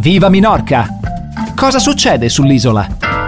Viva Minorca! Cosa succede sull'isola?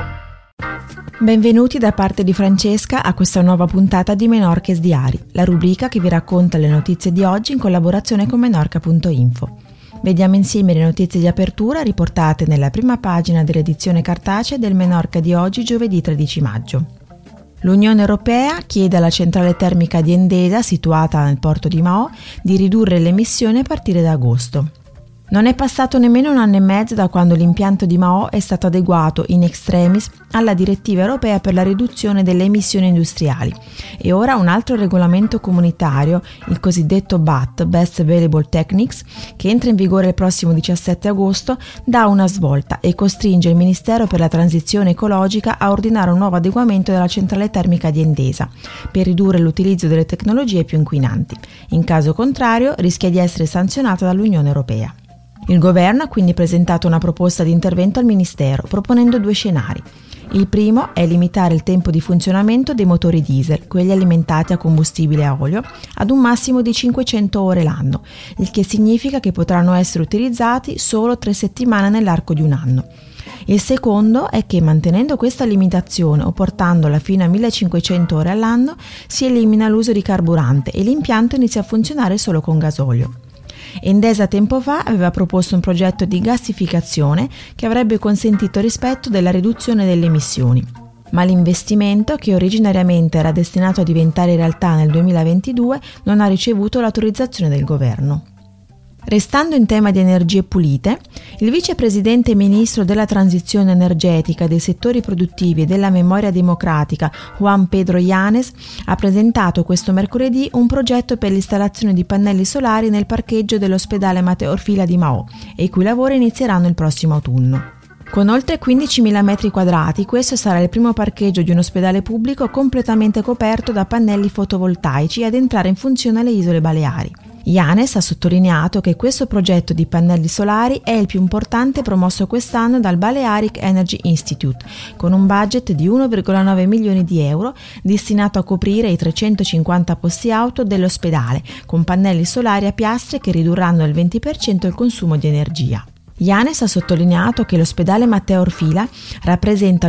Benvenuti da parte di Francesca a questa nuova puntata di Menorca's Diari, la rubrica che vi racconta le notizie di oggi in collaborazione con Menorca.info. Vediamo insieme le notizie di apertura riportate nella prima pagina dell'edizione cartacea del Menorca di oggi, giovedì 13 maggio. L'Unione Europea chiede alla centrale termica di Endesa, situata nel porto di Mahò, di ridurre le emissioni a partire da agosto. Non è passato nemmeno un anno e mezzo da quando l'impianto di Mahò è stato adeguato in extremis alla direttiva europea per la riduzione delle emissioni industriali e ora un altro regolamento comunitario, il cosiddetto BAT, Best Available Techniques, che entra in vigore il prossimo 17 agosto, dà una svolta e costringe il Ministero per la Transizione Ecologica a ordinare un nuovo adeguamento della centrale termica di Endesa per ridurre l'utilizzo delle tecnologie più inquinanti. In caso contrario rischia di essere sanzionata dall'Unione Europea. Il governo ha quindi presentato una proposta di intervento al Ministero, proponendo due scenari. Il primo è limitare il tempo di funzionamento dei motori diesel, quelli alimentati a combustibile a olio, ad un massimo di 500 ore l'anno, il che significa che potranno essere utilizzati solo 3 settimane nell'arco di un anno. Il secondo è che, mantenendo questa limitazione o portandola fino a 1500 ore all'anno, si elimina l'uso di carburante e l'impianto inizia a funzionare solo con gasolio. Endesa tempo fa aveva proposto un progetto di gassificazione che avrebbe consentito il rispetto della riduzione delle emissioni. Ma l'investimento, che originariamente era destinato a diventare realtà nel 2022, non ha ricevuto l'autorizzazione del governo. Restando in tema di energie pulite, il vicepresidente e ministro della transizione energetica, dei settori produttivi e della memoria democratica Juan Pedro Yanes ha presentato questo mercoledì un progetto per l'installazione di pannelli solari nel parcheggio dell'ospedale Matteo Orfila di Mahò, e i cui lavori inizieranno il prossimo autunno. Con oltre 15.000 metri quadrati, questo sarà il primo parcheggio di un ospedale pubblico completamente coperto da pannelli fotovoltaici ad entrare in funzione alle isole Baleari. Yanes ha sottolineato che questo progetto di pannelli solari è il più importante promosso quest'anno dal Balearic Energy Institute, con un budget di 1,9 milioni di euro destinato a coprire i 350 posti auto dell'ospedale, con pannelli solari a piastre che ridurranno del 20% il consumo di energia. Yanes ha sottolineato che l'ospedale Matteo Orfila rappresenta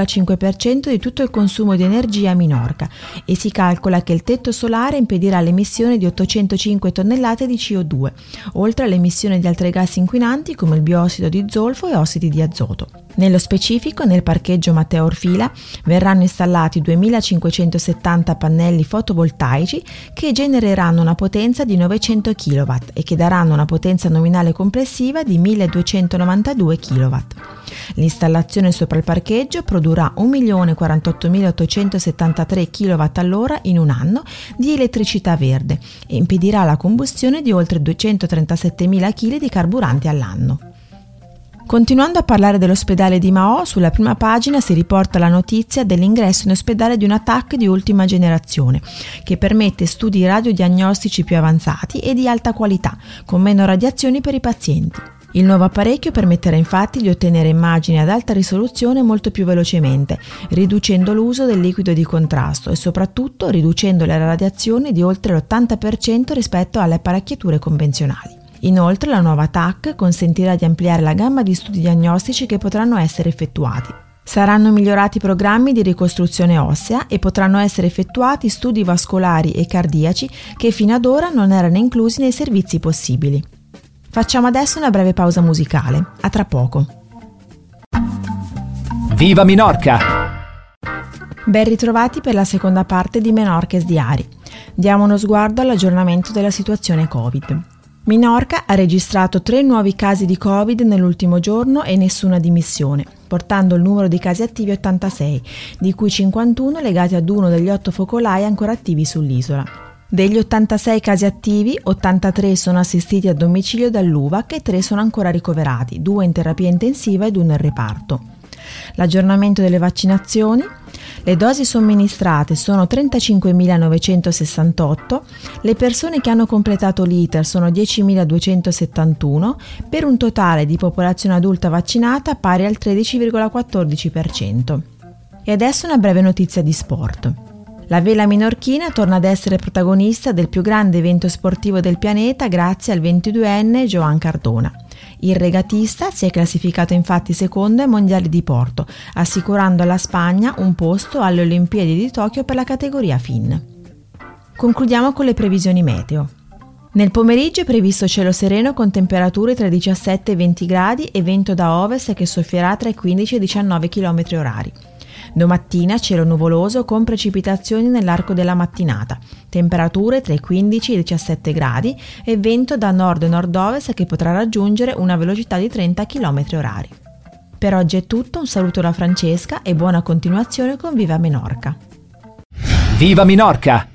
l'1,5% di tutto il consumo di energia a Minorca e si calcola che il tetto solare impedirà l'emissione di 805 tonnellate di CO2, oltre all'emissione di altri gas inquinanti come il biossido di zolfo e ossidi di azoto. Nello specifico, nel parcheggio Matteo Orfila verranno installati 2.570 pannelli fotovoltaici che genereranno una potenza di 900 kW e che daranno una potenza nominale complessiva di 1.292 kW. L'installazione sopra il parcheggio produrrà 1.048.873 kW all'ora in un anno di elettricità verde e impedirà la combustione di oltre 237.000 kg di carburante all'anno. Continuando a parlare dell'ospedale di Mahò, sulla prima pagina si riporta la notizia dell'ingresso in ospedale di un TAC di ultima generazione, che permette studi radiodiagnostici più avanzati e di alta qualità, con meno radiazioni per i pazienti. Il nuovo apparecchio permetterà infatti di ottenere immagini ad alta risoluzione molto più velocemente, riducendo l'uso del liquido di contrasto e soprattutto riducendo le radiazioni di oltre l'80% rispetto alle apparecchiature convenzionali. Inoltre la nuova TAC consentirà di ampliare la gamma di studi diagnostici che potranno essere effettuati. Saranno migliorati i programmi di ricostruzione ossea e potranno essere effettuati studi vascolari e cardiaci che fino ad ora non erano inclusi nei servizi possibili. Facciamo adesso una breve pausa musicale. A tra poco. Viva Minorca! Ben ritrovati per la seconda parte di Menorca's Diari. Diamo uno sguardo all'aggiornamento della situazione Covid. Minorca ha registrato 3 nuovi casi di Covid nell'ultimo giorno e nessuna dimissione, portando il numero di casi attivi a 86, di cui 51 legati ad uno degli 8 focolai ancora attivi sull'isola. Degli 86 casi attivi, 83 sono assistiti a domicilio dall'UVAC e 3 sono ancora ricoverati, 2 in terapia intensiva ed 1 in reparto. L'aggiornamento delle vaccinazioni. Le dosi somministrate sono 35.968, le persone che hanno completato l'iter sono 10.271, per un totale di popolazione adulta vaccinata pari al 13,14%. E adesso una breve notizia di sport. La vela minorchina torna ad essere protagonista del più grande evento sportivo del pianeta grazie al 22enne Joan Cardona. Il regatista si è classificato infatti secondo ai mondiali di Porto, assicurando alla Spagna un posto alle Olimpiadi di Tokyo per la categoria FIN. Concludiamo con le previsioni meteo. Nel pomeriggio è previsto cielo sereno con temperature tra i 17 e i 20 gradi e vento da ovest che soffierà tra i 15 e i 19 km/h. Domattina cielo nuvoloso con precipitazioni nell'arco della mattinata, temperature tra i 15 e i 17 gradi e vento da nord e nord-ovest che potrà raggiungere una velocità di 30 km/h. Per oggi è tutto, un saluto da Francesca e buona continuazione con Viva Menorca. Viva Minorca!